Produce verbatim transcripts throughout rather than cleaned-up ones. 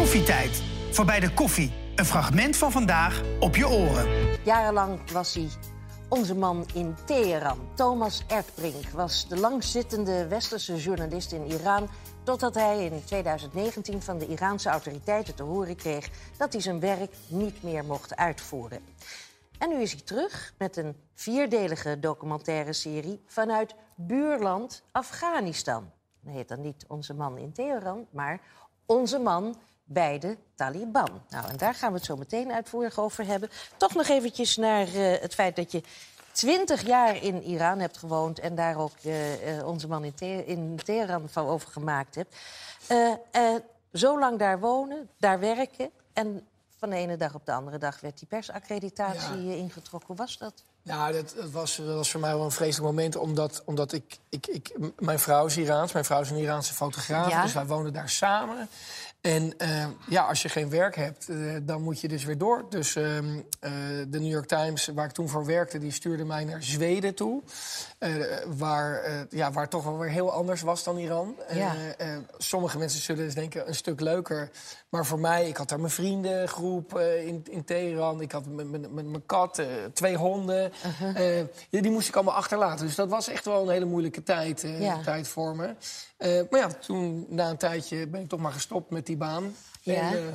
Koffietijd. Voorbij de koffie. Een fragment van vandaag op je oren. Jarenlang was hij onze man in Teheran. Thomas Erdbrink was de langzittende westerse journalist in Iran, totdat hij in twintig negentien van de Iraanse autoriteiten te horen kreeg dat hij zijn werk niet meer mocht uitvoeren. En nu is hij terug met een vierdelige documentaire serie vanuit buurland Afghanistan. Dat heet dan niet Onze man in Teheran, maar Onze man bij de Taliban. Nou, en daar gaan we het zo meteen uitvoerig over hebben. Toch nog eventjes naar uh, het feit dat je twintig jaar in Iran hebt gewoond en daar ook uh, uh, Onze man in, Te- in Teheran van over gemaakt hebt. Uh, uh, zo lang daar wonen, daar werken en van de ene dag op de andere dag werd die persaccreditatie ja. ingetrokken. Hoe was dat? Nou, dat, dat, was, dat was voor mij wel een vreselijk moment, omdat, omdat ik, ik, ik... Mijn vrouw is Iraans, mijn vrouw is een Iraanse fotograaf, ja. dus wij woonden daar samen. En uh, ja, als je geen werk hebt, uh, dan moet je dus weer door. Dus uh, uh, de New York Times, waar ik toen voor werkte, die stuurde mij naar Zweden toe. Uh, waar, uh, ja, waar het toch wel weer heel anders was dan Iran. Ja. Uh, uh, sommige mensen zullen dus denken, een stuk leuker. Maar voor mij, ik had daar mijn vriendengroep uh, in, in Teheran. Ik had mijn kat, uh, twee honden. Uh-huh. Uh, die, die moest ik allemaal achterlaten. Dus dat was echt wel een hele moeilijke tijd, uh, ja. tijd voor me. Uh, maar ja, toen, na een tijdje, ben ik toch maar gestopt met die baan. Ja. En, uh,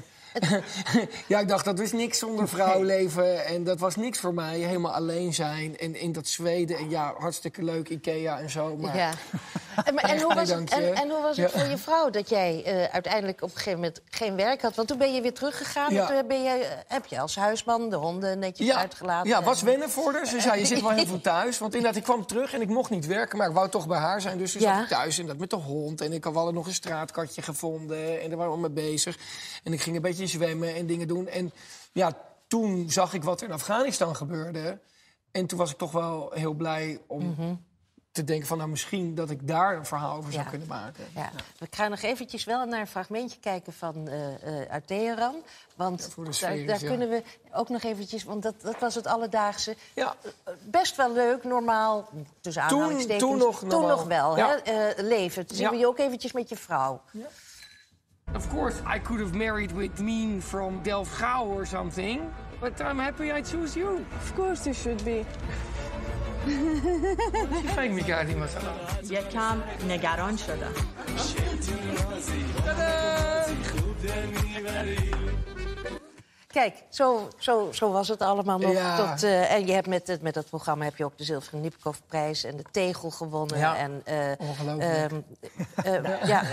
ja, ik dacht, dat is niks zonder vrouwleven. En dat was niks voor mij, helemaal alleen zijn. En in dat Zweden, en ja, hartstikke leuk, Ikea en zo. Maar... Ja. En, maar, en, hoe was het, en, en hoe was het ja. voor je vrouw dat jij uh, uiteindelijk op een gegeven moment geen werk had? Want toen ben je weer teruggegaan. Ja. Toen ben je, heb je als huisman de honden netjes ja. uitgelaten. Ja, was wennen voor haar. Ze zei, je zit wel heel veel thuis. Want inderdaad, ik kwam terug en ik mocht niet werken, maar ik wou toch bij haar zijn. Dus ze ja. zat thuis en dat met de hond. En ik had wel nog een straatkatje gevonden. En daar waren we mee bezig. En ik ging een beetje zwemmen en dingen doen. En ja, toen zag ik wat er in Afghanistan gebeurde. En toen was ik toch wel heel blij om... Mm-hmm. te denken van, nou, misschien dat ik daar een verhaal over zou ja. kunnen maken. Ja. Ja. We gaan nog eventjes wel naar een fragmentje kijken van uh, uh, uit Teheran. Want ja, de sfeer, daar, daar ja. kunnen we ook nog eventjes... Want dat, dat was het alledaagse. Ja. Best wel leuk, normaal, tussen aanhalingstekens. Toen, toen nog Toen normaal. nog wel, ja. hè? Uh, leven. Dat zien we je ook eventjes met je vrouw. Ja. Of course, I could have married with Meen from Delfgauw or something. But I'm happy I choose you. Of course you should be. فکر می‌کردیم مثلا یکم نگران شدم. Kijk, zo, zo, zo was het allemaal nog. Ja. Tot, uh, en je hebt met, het, met dat programma heb je ook de Zilveren Nipkoff-prijs en de Tegel gewonnen. Ja. En, uh, ongelooflijk. Um, uh, ja. ja.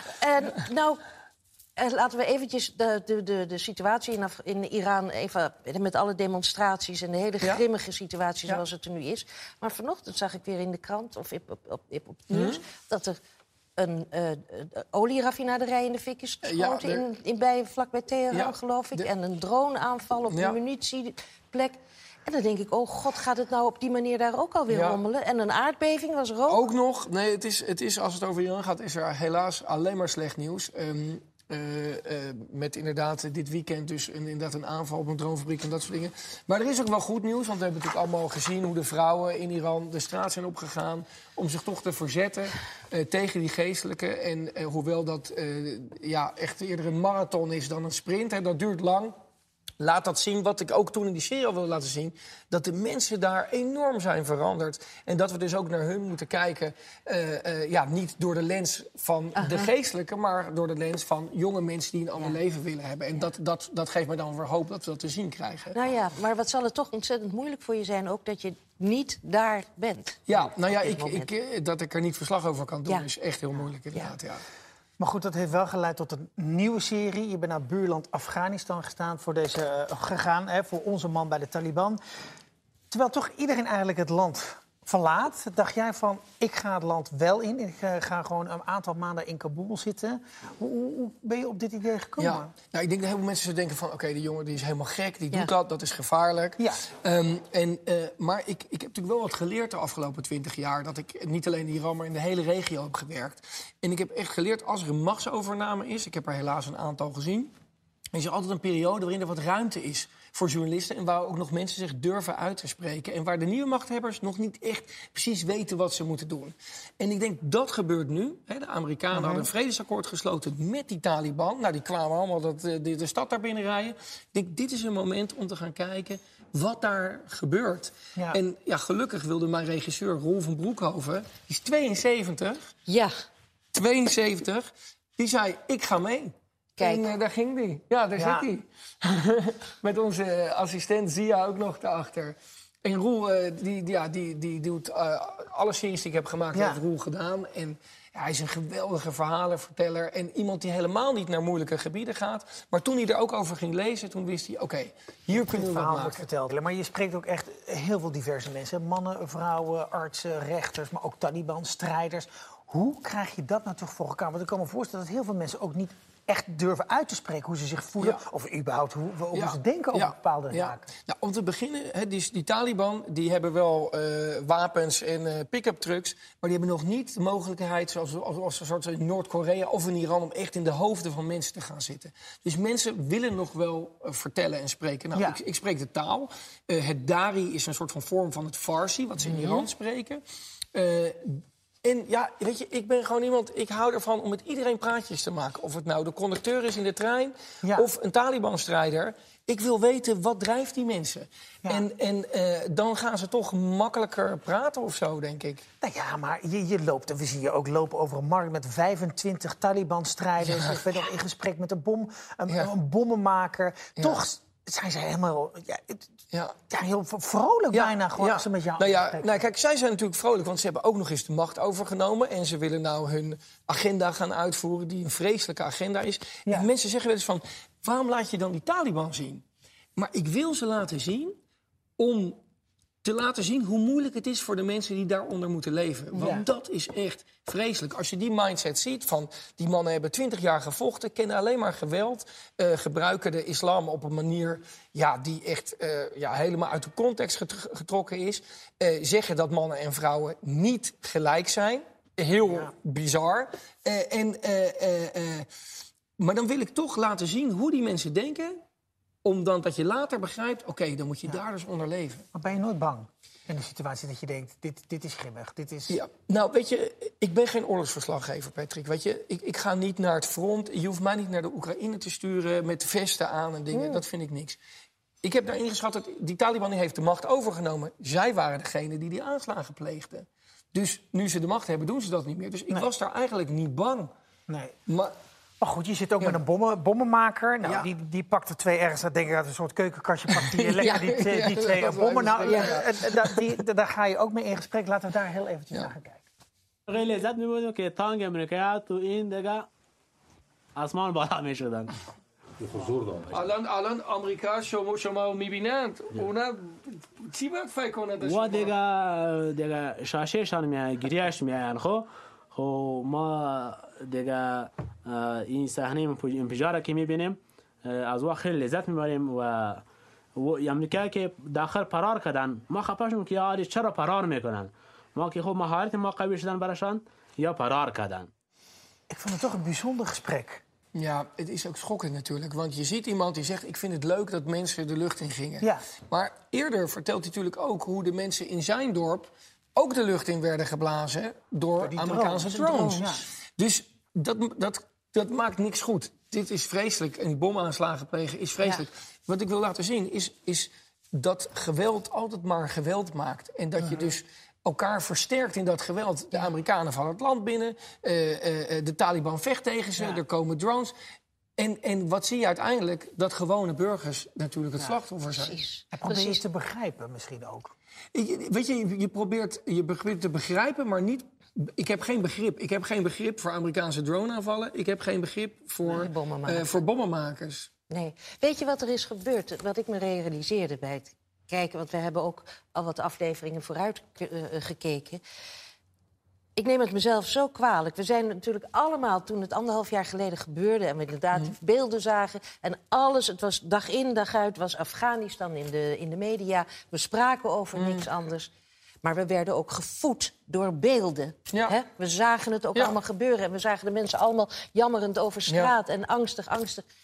En nou... Uh, laten we eventjes de, de, de, de situatie in, Af- in Iran even... met alle demonstraties en de hele grimmige ja? situatie zoals ja. het er nu is. Maar vanochtend zag ik weer in de krant of op, op, op, op het nieuws... Hmm? dat er een uh, olieraffinaderij in de fik is geschoten... Ja, de... in, in bij, vlakbij Teheran, ja, geloof ik. De... En een droneaanval op ja. de munitieplek... En dan denk ik, oh god, gaat het nou op die manier daar ook alweer ja. rommelen? En een aardbeving was er ook? Ook nog. Nee, het is, het is, als het over Iran gaat, is er helaas alleen maar slecht nieuws. Um, Uh, uh, met inderdaad dit weekend dus een, inderdaad een aanval op een dronefabriek en dat soort dingen. Maar er is ook wel goed nieuws, want we hebben natuurlijk allemaal gezien... hoe de vrouwen in Iran de straat zijn opgegaan om zich toch te verzetten uh, tegen die geestelijken. En uh, hoewel dat uh, ja, echt eerder een marathon is dan een sprint, hè, dat duurt lang... Laat dat zien, wat ik ook toen in die serie al wilde laten zien... dat de mensen daar enorm zijn veranderd. En dat we dus ook naar hun moeten kijken... Uh, uh, ja, niet door de lens van Aha. de geestelijke... maar door de lens van jonge mensen die een ander ja. leven willen hebben. En ja. dat, dat, dat geeft me dan weer hoop dat we dat te zien krijgen. Nou ja, maar wat zal het toch ontzettend moeilijk voor je zijn... ook dat je niet daar bent. Ja, nou ja, ik, ik, dat ik er niet verslag over kan doen... Ja. is echt heel moeilijk inderdaad, ja. ja. Maar goed, dat heeft wel geleid tot een nieuwe serie. Je bent naar buurland Afghanistan gestaan voor deze, uh, gegaan, hè, voor Onze man bij de Taliban. Terwijl toch iedereen eigenlijk het land verlaat, dacht jij van, ik ga het land wel in. Ik uh, ga gewoon een aantal maanden in Kabul zitten. Hoe, hoe, hoe ben je op dit idee gekomen? Ja, nou, ik denk dat heel veel mensen zullen denken van... oké, okay, die jongen die is helemaal gek, die ja. doet dat, dat is gevaarlijk. Ja. Um, en, uh, maar ik, ik heb natuurlijk wel wat geleerd de afgelopen twintig jaar... dat ik niet alleen in Iran, maar in de hele regio heb gewerkt. En ik heb echt geleerd, als er een machtsovername is... ik heb er helaas een aantal gezien... is er altijd een periode waarin er wat ruimte is... voor journalisten en waar ook nog mensen zich durven uit te spreken. En waar de nieuwe machthebbers nog niet echt precies weten wat ze moeten doen. En ik denk, dat gebeurt nu. Hè, de Amerikanen mm-hmm. hadden een vredesakkoord gesloten met die Taliban. Nou, die kwamen allemaal dat, de, de stad daar binnen rijden. Ik denk, dit is een moment om te gaan kijken wat daar gebeurt. Ja. En ja, gelukkig wilde mijn regisseur Roel van Broekhoven, die is tweeënzeventig. Ja. tweeënzeventig. Die zei, ik ga mee. Kijk. En uh, daar ging die. Ja, daar ja. zit hij. Met onze assistent Zia ook nog daarachter. En Roel, uh, die, die, ja, die, die doet uh, alle series die ik heb gemaakt, ja. heeft Roel gedaan. En ja, hij is een geweldige verhalenverteller. En iemand die helemaal niet naar moeilijke gebieden gaat. Maar toen hij er ook over ging lezen, toen wist hij, oké, okay, hier kunnen we wat maken. Verteld. Maar je spreekt ook echt heel veel diverse mensen. Mannen, vrouwen, artsen, rechters, maar ook Taliban, strijders. Hoe krijg je dat nou toch voor elkaar? Want ik kan me voorstellen dat heel veel mensen ook niet echt durven uit te spreken hoe ze zich voelen. Ja. Of überhaupt hoe, hoe ja. ze denken over ja. bepaalde ja. zaken. Nou, om te beginnen, he, die, die Taliban die hebben wel uh, wapens en uh, pick-up trucks. Maar die hebben nog niet de mogelijkheid, zoals, als, als een soort in Noord-Korea of in Iran, om echt in de hoofden van mensen te gaan zitten. Dus mensen willen nog wel uh, vertellen en spreken. Nou, ja. ik, ik spreek de taal. Uh, het Dari is een soort van vorm van het Farsi, wat ze in Iran mm-hmm. spreken. Uh, En ja, weet je, ik ben gewoon iemand, ik hou ervan om met iedereen praatjes te maken. Of het nou de conducteur is in de trein ja. of een Taliban-strijder. Ik wil weten, wat drijft die mensen? Ja. En, en uh, dan gaan ze toch makkelijker praten of zo, denk ik. Nou ja, maar je, je loopt, en we zien je ook lopen over een markt met vijfentwintig Taliban-strijders. Ja. Ik ben nog in gesprek met een, bom, een, ja. een bommenmaker. Ja. Toch zijn ze helemaal ja, ja. Ja, heel vrolijk ja. bijna gewoon ja. als ze met jou nou ja, nou kijk, zij zijn natuurlijk vrolijk, want ze hebben ook nog eens de macht overgenomen. En ze willen nou hun agenda gaan uitvoeren, die een vreselijke agenda is. Ja. En mensen zeggen wel eens van, waarom laat je dan die Taliban zien? Maar ik wil ze laten zien om te laten zien hoe moeilijk het is voor de mensen die daaronder moeten leven. Want ja. dat is echt vreselijk. Als je die mindset ziet van, die mannen hebben twintig jaar gevochten, kennen alleen maar geweld, uh, gebruiken de islam op een manier ja, die echt uh, ja, helemaal uit de context getro- getrokken is. Uh, zeggen dat mannen en vrouwen niet gelijk zijn. Heel ja. bizar. Uh, en, uh, uh, uh, maar dan wil ik toch laten zien hoe die mensen denken, omdat dat je later begrijpt, oké, okay, dan moet je ja. daar dus onder leven. Maar ben je nooit bang in de situatie dat je denkt, dit, dit is grimmig, dit is... Ja, nou, weet je, ik ben geen oorlogsverslaggever, Patrick. Weet je, ik, ik ga niet naar het front. Je hoeft mij niet naar de Oekraïne te sturen met vesten aan en dingen. Mm. Dat vind ik niks. Ik heb daar ingeschat dat die Taliban die heeft de macht overgenomen. Zij waren degene die die aanslagen pleegden. Dus nu ze de macht hebben, doen ze dat niet meer. Dus ik nee. was daar eigenlijk niet bang. Nee. Maar... Maar goed, je zit ook ja. met een bommen, bommenmaker. Nou, ja. die, die pakt er twee ergens, dat denk ik uit een soort keukenkastje pakt die lekker ja. die, die, die twee ja, bommen. Nou, ja. Ja. Da, die, daar ga je ook mee in gesprek. Laten we daar heel eventjes ja. naar gaan kijken. خیلی لذت می‌بردیم که تانک امریکایی تو این دیگه آسمان بالا می‌شدن. الان الان آمریکا شما شما می‌بینند اونا چی باید فکر کنند و دیگه دیگه شاشهشان میاد گریهش میاد خب خب ما دیگه این صحنه انفجار که می‌بینیم از اون خیلی لذت می‌بریم و و امریکا که داخل فرار کردن ما خفه شدیم که یاری چرا فرار میکنن ما که خب مهارت ما قوی شدن براشان یا فرار کردن. Ik vond het toch een bijzonder gesprek. Ja, het is ook schokkend natuurlijk. Want je ziet iemand die zegt, ik vind het leuk dat mensen de lucht in gingen. Ja. Maar eerder vertelt hij natuurlijk ook hoe de mensen in zijn dorp ook de lucht in werden geblazen door Amerikaanse drones. drones. Ja. Dus dat, dat, dat maakt niks goed. Dit is vreselijk. En bomaanslagen plegen is vreselijk. Ja. Wat ik wil laten zien is, is dat geweld altijd maar geweld maakt. En dat je dus elkaar versterkt in dat geweld. De Amerikanen vallen het land binnen. Uh, uh, de Taliban vecht tegen ze. Ja. Er komen drones. En, en wat zie je uiteindelijk? Dat gewone burgers natuurlijk het ja, slachtoffer zijn. Precies. En probeer je te begrijpen misschien ook. Je, weet je, je probeert, je probeert te begrijpen, maar niet... Ik heb geen begrip. Ik heb geen begrip voor Amerikaanse droneaanvallen. Ik heb geen begrip voor, nee, bommenmakers. Uh, voor bommenmakers. Nee. Weet je wat er is gebeurd? Wat ik me realiseerde bij het kijken... want we hebben ook al wat afleveringen vooruit uh, gekeken. Ik neem het mezelf zo kwalijk. We zijn natuurlijk allemaal, toen het anderhalf jaar geleden gebeurde... en we inderdaad mm. beelden zagen en alles... het was dag in, dag uit, was Afghanistan in de, in de media. We spraken over mm. niks anders... Maar we werden ook gevoed door beelden. Ja. Hè? We zagen het ook ja. allemaal gebeuren. En we zagen de mensen allemaal jammerend over straat. Ja. En angstig, angstig.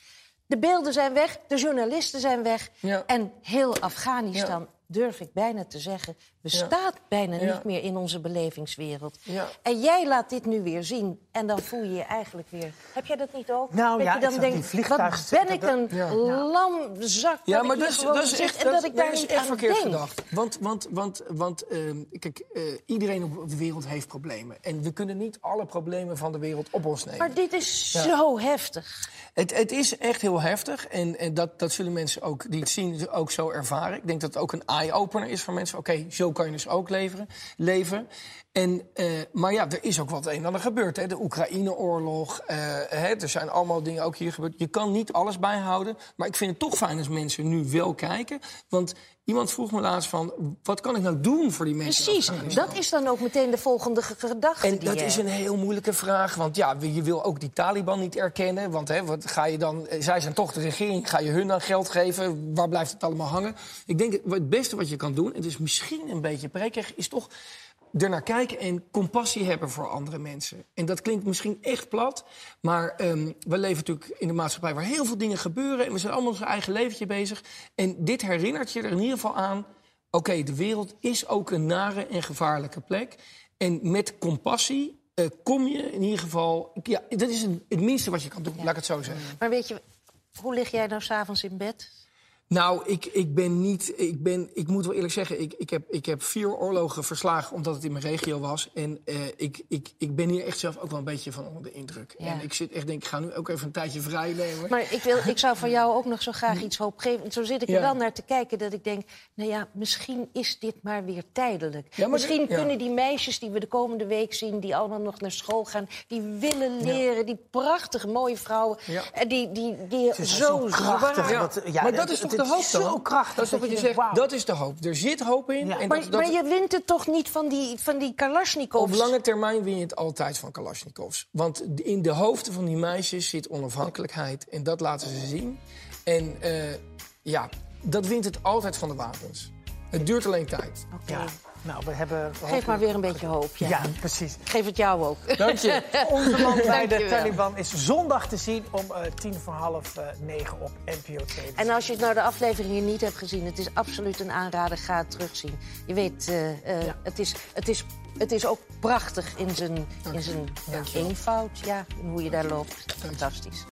De beelden zijn weg, de journalisten zijn weg. Ja. En heel Afghanistan, Ja. durf ik bijna te zeggen, bestaat bijna Ja. niet meer in onze belevingswereld. Ja. En jij laat dit nu weer zien en dan voel je je eigenlijk weer... Heb jij dat niet ook? Nou dat ja, je dan ik zag denkt, die vliegtuig- wat ben ik dat- een Ja. lam zak Ja, dat maar ik dat hier is, gewoon dat is zit echt, en dat, dat, ik daar dat is niet echt aan verkeerd denk. gedacht. Want, want, want, want ehm, kijk, eh, iedereen op de wereld heeft problemen. En we kunnen niet alle problemen van de wereld op ons nemen. Maar dit is Ja. zo heftig. Het, het is echt heel heftig. En, en dat, dat zullen mensen ook die het zien ook zo ervaren. Ik denk dat het ook een eye-opener is voor mensen. Oké, okay, zo kan je dus ook leveren, leven. En, uh, maar ja, er is ook wat een en ander gebeurd. Hè. De Oekraïne-oorlog. Uh, hè, er zijn allemaal dingen ook hier gebeurd. Je kan niet alles bijhouden. Maar ik vind het toch fijn als mensen nu wel kijken. Want iemand vroeg me laatst van, wat kan ik nou doen voor die mensen? Precies, dat is dan ook meteen de volgende ge- gedachte. En die dat je is een heel moeilijke vraag. Want ja, je wil ook die Taliban niet erkennen. Want hè, wat ga je dan, zij zijn toch de regering. Ga je hun dan geld geven? Waar blijft het allemaal hangen? Ik denk, het beste wat je kan doen, en het is misschien een beetje prekig, is toch ernaar kijken en compassie hebben voor andere mensen. En dat klinkt misschien echt plat, maar um, we leven natuurlijk in een maatschappij waar heel veel dingen gebeuren en we zijn allemaal ons eigen leventje bezig. En dit herinnert je er in ieder geval aan, oké, okay, de wereld is ook een nare en gevaarlijke plek. En met compassie uh, kom je in ieder geval, ja, dat is een, het minste wat je kan doen, ja. Laat ik het zo zeggen. Maar weet je, hoe lig jij nou 's avonds in bed? Nou, ik, ik ben niet... Ik, ben, ik moet wel eerlijk zeggen, ik, ik, heb, ik heb vier oorlogen verslagen omdat het in mijn regio was. En uh, ik, ik, ik ben hier echt zelf ook wel een beetje van onder de indruk. Ja. En ik zit echt denk, ik ga nu ook even een tijdje vrij nemen. Maar ik, wil, ik zou van jou ook nog zo graag iets hoopgevend. Zo zit ik er Ja. wel naar te kijken dat ik denk, nou ja, misschien is dit maar weer tijdelijk. Ja, maar misschien de- ja. kunnen die meisjes die we de komende week zien, die allemaal nog naar school gaan, die willen leren, die prachtige mooie vrouwen, Ja. en die, die, die Het is zo krachtig. zwaar. Ja. dat- ja, maar dat het- is toch het de hoop is dan? zo krachtig Dat is toch wat je dat zegt, je denkt, dat is de hoop. Er zit hoop in. Ja. En Maar, dat, dat, maar je wint het toch niet van die, van die Kalashnikovs? op lange termijn win je het altijd van Kalashnikovs. Want in de hoofden van die meisjes zit onafhankelijkheid. En dat laten ze zien. En uh, ja, dat wint het altijd van de wapens. Het duurt alleen tijd. Oké. Ja, nou, we hebben... Geef maar weer een beetje hoop. Ja. Ja, precies. Geef het jou ook. Dank je. Onze land bij de Dankjewel. Taliban is zondag te zien om uh, tien voor half uh, negen op N P O twee. En als je nou de afleveringen niet hebt gezien, het is absoluut een aanrader. Ga het terugzien. Je weet, uh, uh, Ja. het, is, het, is, het is ook prachtig in zijn, in zijn Dank je wel. eenvoud. Ja, en hoe je daar loopt. Fantastisch.